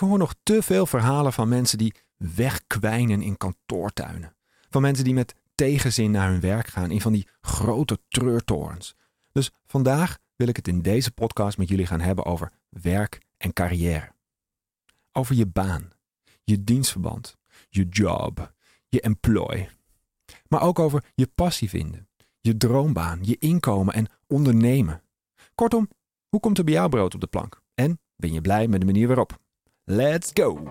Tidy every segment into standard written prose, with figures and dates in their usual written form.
hoor nog te veel verhalen van mensen die wegkwijnen in kantoortuinen. Van mensen die met tegenzin naar hun werk gaan in van die grote treurtorens. Dus vandaag wil ik het in deze podcast met jullie gaan hebben over werk en carrière. Over je baan, je dienstverband, je job, je employ. Maar ook over je passie vinden, je droombaan, je inkomen en ondernemen. Kortom, hoe komt er bij jou brood op de plank? En ben je blij met de manier waarop? Let's go!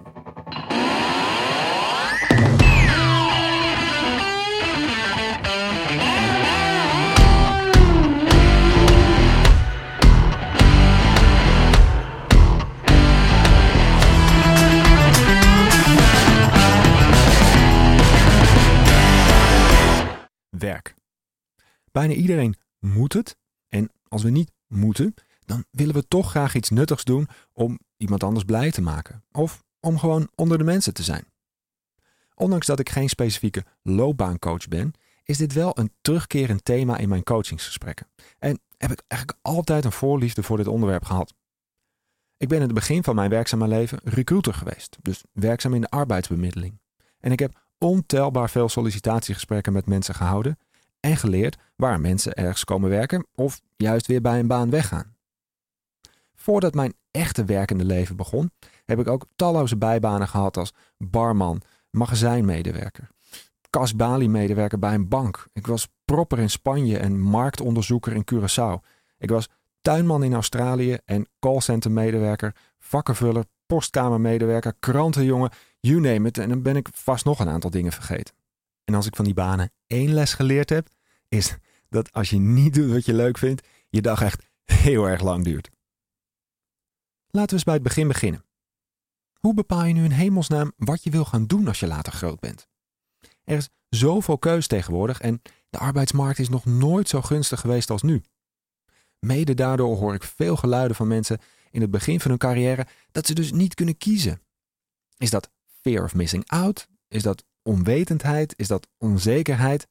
Werk. Bijna iedereen moet het. En als we niet moeten, dan willen we toch graag iets nuttigs doen om iemand anders blij te maken. Of om gewoon onder de mensen te zijn. Ondanks dat ik geen specifieke loopbaancoach ben, is dit wel een terugkerend thema in mijn coachingsgesprekken. En heb ik eigenlijk altijd een voorliefde voor dit onderwerp gehad. Ik ben in het begin van mijn werkzame leven recruiter geweest. Dus werkzaam in de arbeidsbemiddeling. En ik heb ontelbaar veel sollicitatiegesprekken met mensen gehouden en geleerd waar mensen ergens komen werken of juist weer bij een baan weggaan. Voordat mijn echte werkende leven begon, heb ik ook talloze bijbanen gehad als barman, magazijnmedewerker, kasbalie-medewerker bij een bank. Ik was propper in Spanje en marktonderzoeker in Curaçao. Ik was tuinman in Australië en callcenter-medewerker, vakkenvuller, postkamermedewerker, krantenjongen, you name it. En dan ben ik vast nog een aantal dingen vergeten. En als ik van die banen één les geleerd heb, is dat als je niet doet wat je leuk vindt, je dag echt heel erg lang duurt. Laten we eens bij het begin beginnen. Hoe bepaal je nu in hemelsnaam wat je wil gaan doen als je later groot bent? Er is zoveel keus tegenwoordig en de arbeidsmarkt is nog nooit zo gunstig geweest als nu. Mede daardoor hoor ik veel geluiden van mensen in het begin van hun carrière dat ze dus niet kunnen kiezen. Is dat fear of missing out? Is dat onwetendheid? Is dat onzekerheid?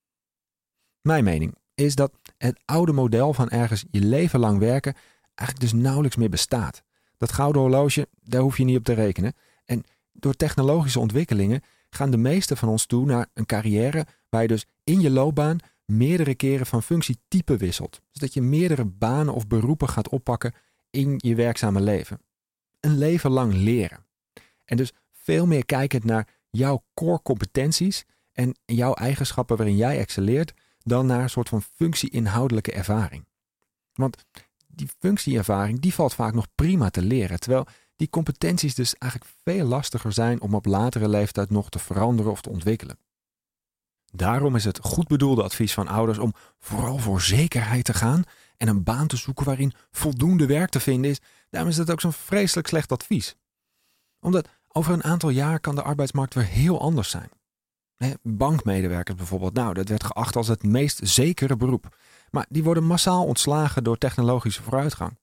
Mijn mening is dat het oude model van ergens je leven lang werken eigenlijk dus nauwelijks meer bestaat. Dat gouden horloge, daar hoef je niet op te rekenen. En door technologische ontwikkelingen gaan de meesten van ons toe naar een carrière waar je dus in je loopbaan meerdere keren van functietype wisselt. Dus dat je meerdere banen of beroepen gaat oppakken in je werkzame leven. Een leven lang leren. En dus veel meer kijkend naar jouw core competenties en jouw eigenschappen waarin jij excelleert, dan naar een soort van functie-inhoudelijke ervaring. Want die functieervaring die valt vaak nog prima te leren, terwijl die competenties dus eigenlijk veel lastiger zijn om op latere leeftijd nog te veranderen of te ontwikkelen. Daarom is het goed bedoelde advies van ouders om vooral voor zekerheid te gaan en een baan te zoeken waarin voldoende werk te vinden is. Daarom is dat ook zo'n vreselijk slecht advies. Omdat over een aantal jaar kan de arbeidsmarkt weer heel anders zijn. Bankmedewerkers bijvoorbeeld, dat werd geacht als het meest zekere beroep. Maar die worden massaal ontslagen door technologische vooruitgang.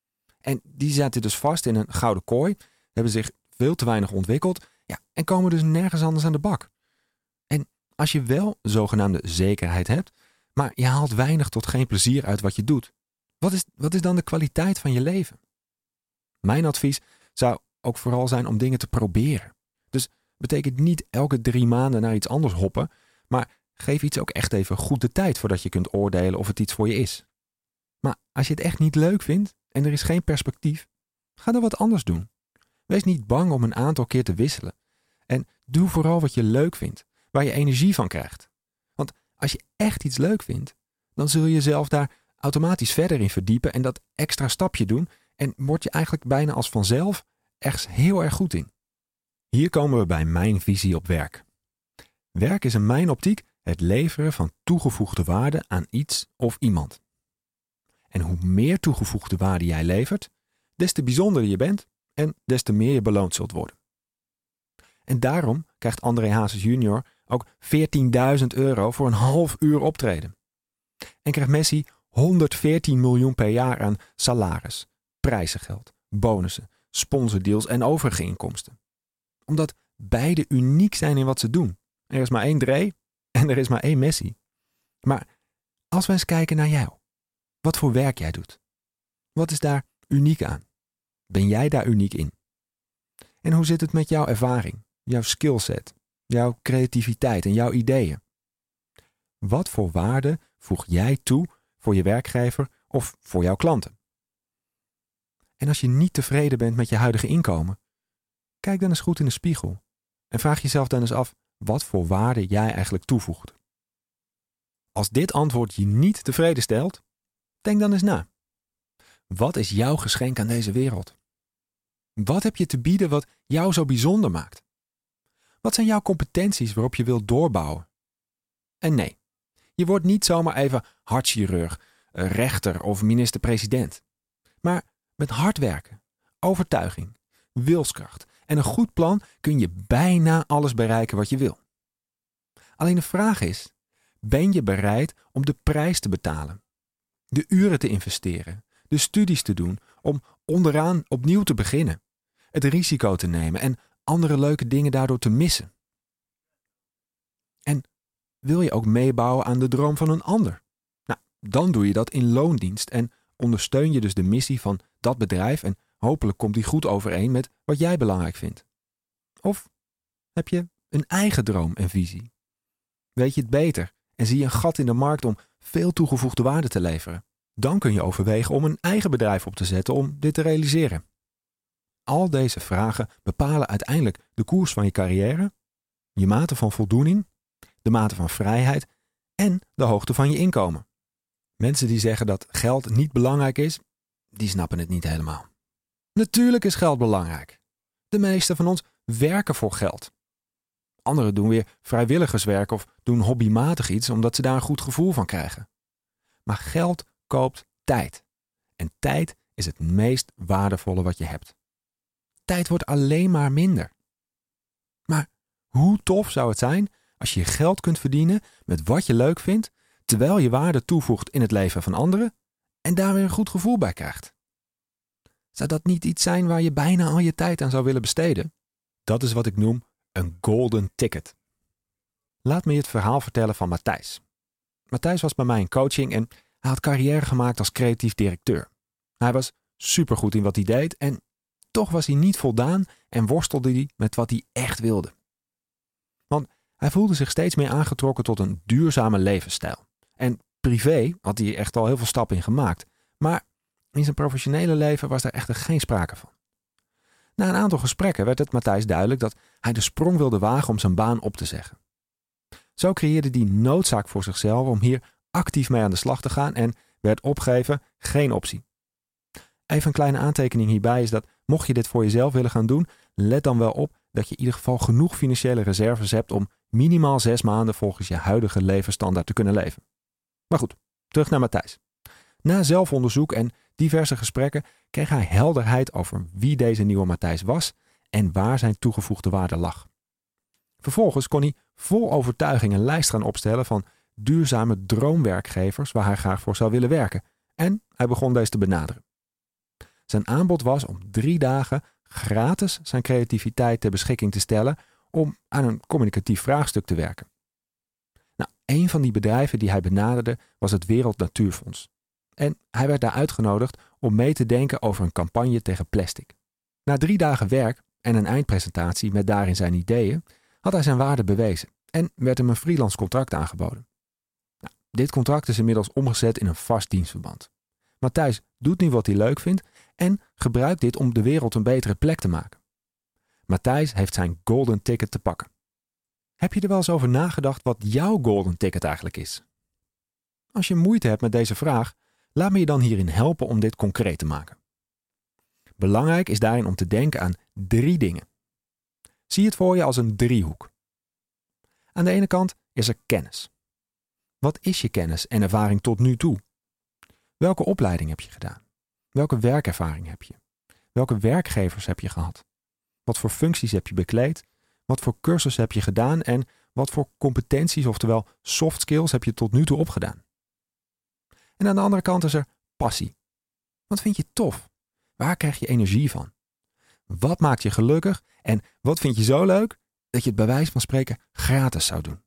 En die zitten dus vast in een gouden kooi, hebben zich veel te weinig ontwikkeld en komen dus nergens anders aan de bak. En als je wel zogenaamde zekerheid hebt, maar je haalt weinig tot geen plezier uit wat je doet, wat is dan de kwaliteit van je leven? Mijn advies zou ook vooral zijn om dingen te proberen. Dus betekent niet elke 3 maanden naar iets anders hoppen, maar geef iets ook echt even goed de tijd voordat je kunt oordelen of het iets voor je is. Maar als je het echt niet leuk vindt en er is geen perspectief, ga dan wat anders doen. Wees niet bang om een aantal keer te wisselen. En doe vooral wat je leuk vindt, waar je energie van krijgt. Want als je echt iets leuk vindt, dan zul je jezelf daar automatisch verder in verdiepen en dat extra stapje doen en word je eigenlijk bijna als vanzelf ergens heel erg goed in. Hier komen we bij mijn visie op werk. Werk is in mijn optiek het leveren van toegevoegde waarde aan iets of iemand. En hoe meer toegevoegde waarde jij levert, des te bijzonderder je bent en des te meer je beloond zult worden. En daarom krijgt André Hazes junior ook €14.000 voor een half uur optreden. En krijgt Messi 114 miljoen per jaar aan salaris, prijzengeld, bonussen, sponsordeals en overige inkomsten. Omdat beide uniek zijn in wat ze doen. Er is maar één Dre en er is maar één Messi. Maar als we eens kijken naar jou. Wat voor werk jij doet. Wat is daar uniek aan? Ben jij daar uniek in? En hoe zit het met jouw ervaring, jouw skillset, jouw creativiteit en jouw ideeën? Wat voor waarde voeg jij toe voor je werkgever of voor jouw klanten? En als je niet tevreden bent met je huidige inkomen, kijk dan eens goed in de spiegel en vraag jezelf dan eens af wat voor waarde jij eigenlijk toevoegt. Als dit antwoord je niet tevreden stelt, denk dan eens na. Wat is jouw geschenk aan deze wereld? Wat heb je te bieden wat jou zo bijzonder maakt? Wat zijn jouw competenties waarop je wilt doorbouwen? En nee, je wordt niet zomaar even hartchirurg, rechter of minister-president. Maar met hard werken, overtuiging, wilskracht en een goed plan kun je bijna alles bereiken wat je wil. Alleen de vraag is, ben je bereid om de prijs te betalen? De uren te investeren, de studies te doen om onderaan opnieuw te beginnen, het risico te nemen en andere leuke dingen daardoor te missen? En wil je ook meebouwen aan de droom van een ander? Nou, dan doe je dat in loondienst en ondersteun je dus de missie van dat bedrijf en hopelijk komt die goed overeen met wat jij belangrijk vindt. Of heb je een eigen droom en visie? Weet je het beter en zie je een gat in de markt om veel toegevoegde waarde te leveren? Dan kun je overwegen om een eigen bedrijf op te zetten om dit te realiseren. Al deze vragen bepalen uiteindelijk de koers van je carrière, je mate van voldoening, de mate van vrijheid en de hoogte van je inkomen. Mensen die zeggen dat geld niet belangrijk is, die snappen het niet helemaal. Natuurlijk is geld belangrijk. De meesten van ons werken voor geld. Anderen doen weer vrijwilligerswerk of doen hobbymatig iets omdat ze daar een goed gevoel van krijgen. Maar geld koopt tijd. En tijd is het meest waardevolle wat je hebt. Tijd wordt alleen maar minder. Maar hoe tof zou het zijn als je geld kunt verdienen met wat je leuk vindt, terwijl je waarde toevoegt in het leven van anderen en daar weer een goed gevoel bij krijgt? Zou dat niet iets zijn waar je bijna al je tijd aan zou willen besteden? Dat is wat ik noem een golden ticket. Laat me je het verhaal vertellen van Matthijs. Matthijs was bij mij in coaching en hij had carrière gemaakt als creatief directeur. Hij was supergoed in wat hij deed en toch was hij niet voldaan en worstelde hij met wat hij echt wilde. Want hij voelde zich steeds meer aangetrokken tot een duurzame levensstijl. En privé had hij echt al heel veel stappen in gemaakt. Maar in zijn professionele leven was daar echter geen sprake van. Na een aantal gesprekken werd het Matthijs duidelijk dat hij de sprong wilde wagen om zijn baan op te zeggen. Zo creëerde hij noodzaak voor zichzelf om hier actief mee aan de slag te gaan en werd opgeven geen optie. Even een kleine aantekening hierbij is dat mocht je dit voor jezelf willen gaan doen, let dan wel op dat je in ieder geval genoeg financiële reserves hebt om minimaal 6 maanden volgens je huidige levensstandaard te kunnen leven. Maar goed, terug naar Matthijs. Na zelfonderzoek en diverse gesprekken kreeg hij helderheid over wie deze nieuwe Matthijs was en waar zijn toegevoegde waarde lag. Vervolgens kon hij vol overtuiging een lijst gaan opstellen van duurzame droomwerkgevers waar hij graag voor zou willen werken en hij begon deze te benaderen. Zijn aanbod was om 3 dagen gratis zijn creativiteit ter beschikking te stellen om aan een communicatief vraagstuk te werken. Nou, een van die bedrijven die hij benaderde was het Wereld Natuurfonds. En hij werd daar uitgenodigd om mee te denken over een campagne tegen plastic. Na 3 dagen werk en een eindpresentatie met daarin zijn ideeën, had hij zijn waarde bewezen en werd hem een freelance contract aangeboden. Nou, dit contract is inmiddels omgezet in een vast dienstverband. Matthijs doet nu wat hij leuk vindt en gebruikt dit om de wereld een betere plek te maken. Matthijs heeft zijn golden ticket te pakken. Heb je er wel eens over nagedacht wat jouw golden ticket eigenlijk is? Als je moeite hebt met deze vraag, laat me je dan hierin helpen om dit concreet te maken. Belangrijk is daarin om te denken aan 3 dingen. Zie het voor je als een driehoek. Aan de ene kant is er kennis. Wat is je kennis en ervaring tot nu toe? Welke opleiding heb je gedaan? Welke werkervaring heb je? Welke werkgevers heb je gehad? Wat voor functies heb je bekleed? Wat voor cursus heb je gedaan? En wat voor competenties, oftewel soft skills, heb je tot nu toe opgedaan? En aan de andere kant is er passie. Wat vind je tof? Waar krijg je energie van? Wat maakt je gelukkig? En wat vind je zo leuk dat je het bij wijze van spreken gratis zou doen?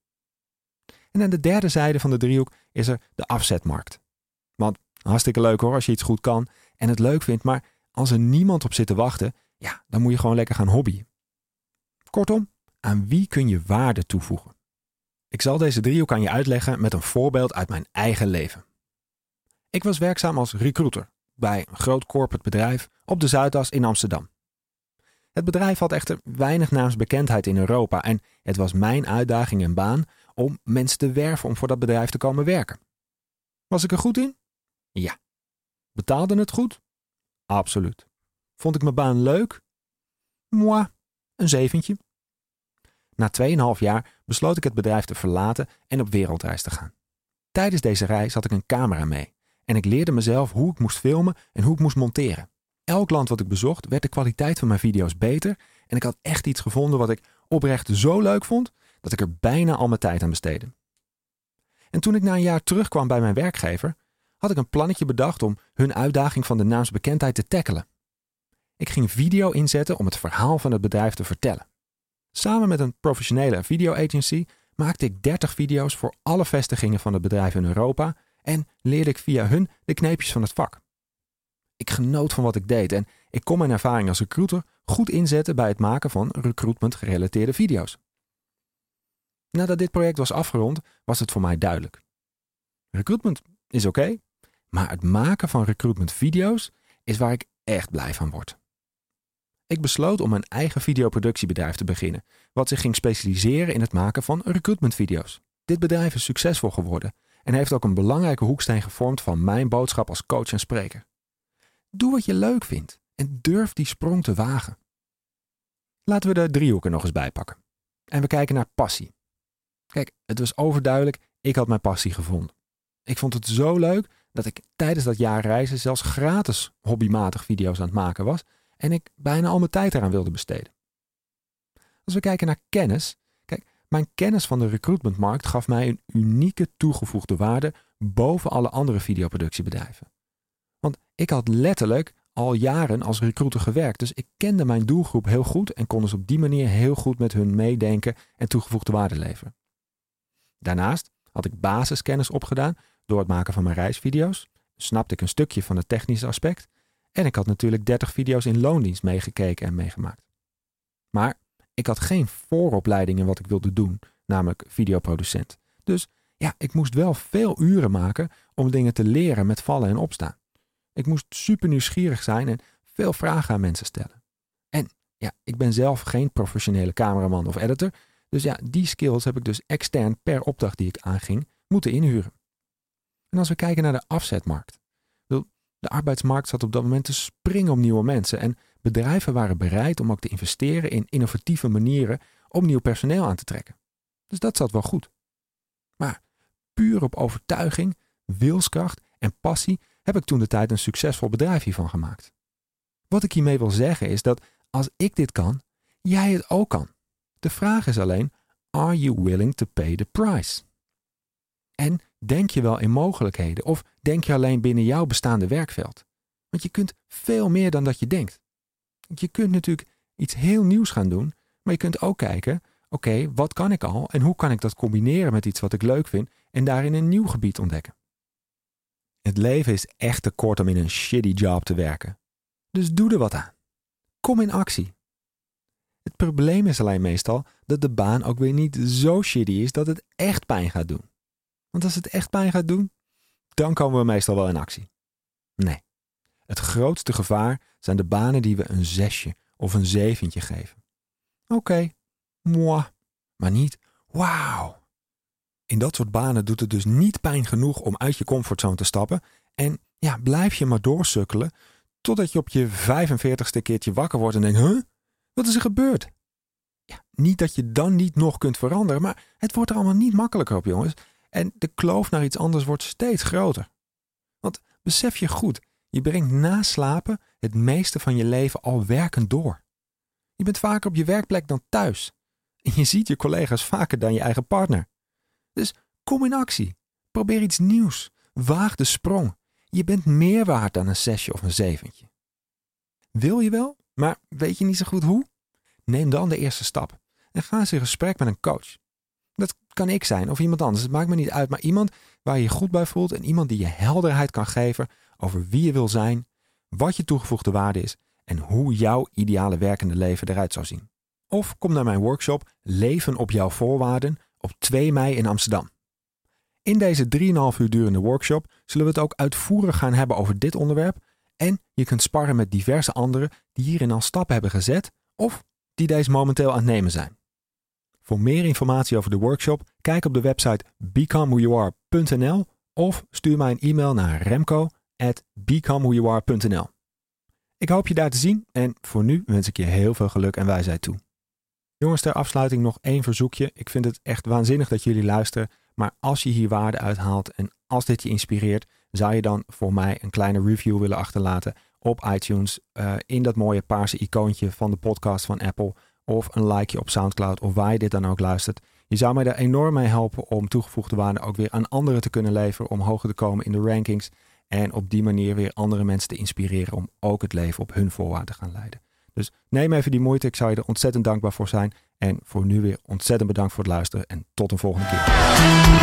En aan de derde zijde van de driehoek is er de afzetmarkt. Want hartstikke leuk hoor als je iets goed kan en het leuk vindt, maar als er niemand op zit te wachten, ja, dan moet je gewoon lekker gaan hobbyen. Kortom, aan wie kun je waarde toevoegen? Ik zal deze driehoek aan je uitleggen met een voorbeeld uit mijn eigen leven. Ik was werkzaam als recruiter bij een groot corporate bedrijf op de Zuidas in Amsterdam. Het bedrijf had echter weinig naamsbekendheid in Europa en het was mijn uitdaging en baan om mensen te werven om voor dat bedrijf te komen werken. Was ik er goed in? Ja. Betaalde het goed? Absoluut. Vond ik mijn baan leuk? Moi, een 7. Na 2,5 jaar besloot ik het bedrijf te verlaten en op wereldreis te gaan. Tijdens deze reis had ik een camera mee en ik leerde mezelf hoe ik moest filmen en hoe ik moest monteren. Elk land wat ik bezocht werd de kwaliteit van mijn video's beter en ik had echt iets gevonden wat ik oprecht zo leuk vond dat ik er bijna al mijn tijd aan besteedde. En toen ik na een jaar terugkwam bij mijn werkgever, had ik een plannetje bedacht om hun uitdaging van de naamsbekendheid te tackelen. Ik ging video inzetten om het verhaal van het bedrijf te vertellen. Samen met een professionele video-agency maakte ik 30 video's voor alle vestigingen van het bedrijf in Europa en leerde ik via hun de kneepjes van het vak. Ik genoot van wat ik deed en ik kon mijn ervaring als recruiter goed inzetten bij het maken van recruitment-gerelateerde video's. Nadat dit project was afgerond, was het voor mij duidelijk. Recruitment is oké, maar het maken van recruitment-video's is waar ik echt blij van word. Ik besloot om een eigen videoproductiebedrijf te beginnen, wat zich ging specialiseren in het maken van recruitmentvideo's. Dit bedrijf is succesvol geworden en heeft ook een belangrijke hoeksteen gevormd van mijn boodschap als coach en spreker. Doe wat je leuk vindt en durf die sprong te wagen. Laten we de driehoek er nog eens bij pakken. En we kijken naar passie. Kijk, het was overduidelijk, ik had mijn passie gevonden. Ik vond het zo leuk dat ik tijdens dat jaar reizen zelfs gratis hobbymatig video's aan het maken was en ik bijna al mijn tijd eraan wilde besteden. Als we kijken naar kennis, kijk, mijn kennis van de recruitmentmarkt gaf mij een unieke toegevoegde waarde boven alle andere videoproductiebedrijven. Want ik had letterlijk al jaren als recruiter gewerkt, dus ik kende mijn doelgroep heel goed en kon dus op die manier heel goed met hun meedenken en toegevoegde waarde leveren. Daarnaast had ik basiskennis opgedaan door het maken van mijn reisvideo's, snapte ik een stukje van het technische aspect en ik had natuurlijk 30 video's in loondienst meegekeken en meegemaakt. Maar ik had geen vooropleiding in wat ik wilde doen, namelijk videoproducent. Dus ja, ik moest wel veel uren maken om dingen te leren met vallen en opstaan. Ik moest super nieuwsgierig zijn en veel vragen aan mensen stellen. En ja, ik ben zelf geen professionele cameraman of editor, dus ja, die skills heb ik dus extern per opdracht die ik aanging moeten inhuren. En als we kijken naar de afzetmarkt. De arbeidsmarkt zat op dat moment te springen om nieuwe mensen en bedrijven waren bereid om ook te investeren in innovatieve manieren om nieuw personeel aan te trekken. Dus dat zat wel goed. Maar puur op overtuiging, wilskracht en passie heb ik toen de tijd een succesvol bedrijf hiervan gemaakt. Wat ik hiermee wil zeggen is dat als ik dit kan, jij het ook kan. De vraag is alleen, are you willing to pay the price? En denk je wel in mogelijkheden of denk je alleen binnen jouw bestaande werkveld? Want je kunt veel meer dan dat je denkt. Je kunt natuurlijk iets heel nieuws gaan doen, maar je kunt ook kijken, oké, wat kan ik al en hoe kan ik dat combineren met iets wat ik leuk vind en daarin een nieuw gebied ontdekken? Het leven is echt te kort om in een shitty job te werken. Dus doe er wat aan. Kom in actie. Het probleem is alleen meestal dat de baan ook weer niet zo shitty is dat het echt pijn gaat doen. Want als het echt pijn gaat doen, dan komen we meestal wel in actie. Nee, het grootste gevaar zijn de banen die we een 6 of een 7 geven. Oké, moi, maar niet wauw. In dat soort banen doet het dus niet pijn genoeg om uit je comfortzone te stappen en ja, blijf je maar doorsukkelen totdat je op je 45ste keertje wakker wordt en denkt, huh? Wat is er gebeurd? Ja, niet dat je dan niet nog kunt veranderen, maar het wordt er allemaal niet makkelijker op, jongens. En de kloof naar iets anders wordt steeds groter. Want besef je goed, je brengt na slapen het meeste van je leven al werkend door. Je bent vaker op je werkplek dan thuis. En je ziet je collega's vaker dan je eigen partner. Dus kom in actie. Probeer iets nieuws. Waag de sprong. Je bent meer waard dan een 6 of een 7. Wil je wel, maar weet je niet zo goed hoe? Neem dan de eerste stap en ga eens in gesprek met een coach. Dat kan ik zijn of iemand anders, het maakt me niet uit, maar iemand waar je je goed bij voelt en iemand die je helderheid kan geven over wie je wil zijn, wat je toegevoegde waarde is en hoe jouw ideale werkende leven eruit zou zien. Of kom naar mijn workshop Leven op jouw voorwaarden op 2 mei in Amsterdam. In deze 3,5 uur durende workshop zullen we het ook uitvoerig gaan hebben over dit onderwerp en je kunt sparren met diverse anderen die hierin al stappen hebben gezet of die deze momenteel aan het nemen zijn. Voor meer informatie over de workshop, kijk op de website becomewhoyouare.nl of stuur mij een e-mail naar remco@becomewhoyouare.nl. Ik hoop je daar te zien en voor nu wens ik je heel veel geluk en wijsheid toe. Jongens, ter afsluiting nog 1 verzoekje. Ik vind het echt waanzinnig dat jullie luisteren, maar als je hier waarde uithaalt en als dit je inspireert, zou je dan voor mij een kleine review willen achterlaten op iTunes in dat mooie paarse icoontje van de podcast van Apple of een likeje op Soundcloud of waar je dit dan ook luistert. Je zou mij daar enorm mee helpen om toegevoegde waarde ook weer aan anderen te kunnen leveren, om hoger te komen in de rankings en op die manier weer andere mensen te inspireren om ook het leven op hun voorwaarden te gaan leiden. Dus neem even die moeite, ik zou je er ontzettend dankbaar voor zijn. En voor nu weer ontzettend bedankt voor het luisteren en tot een volgende keer.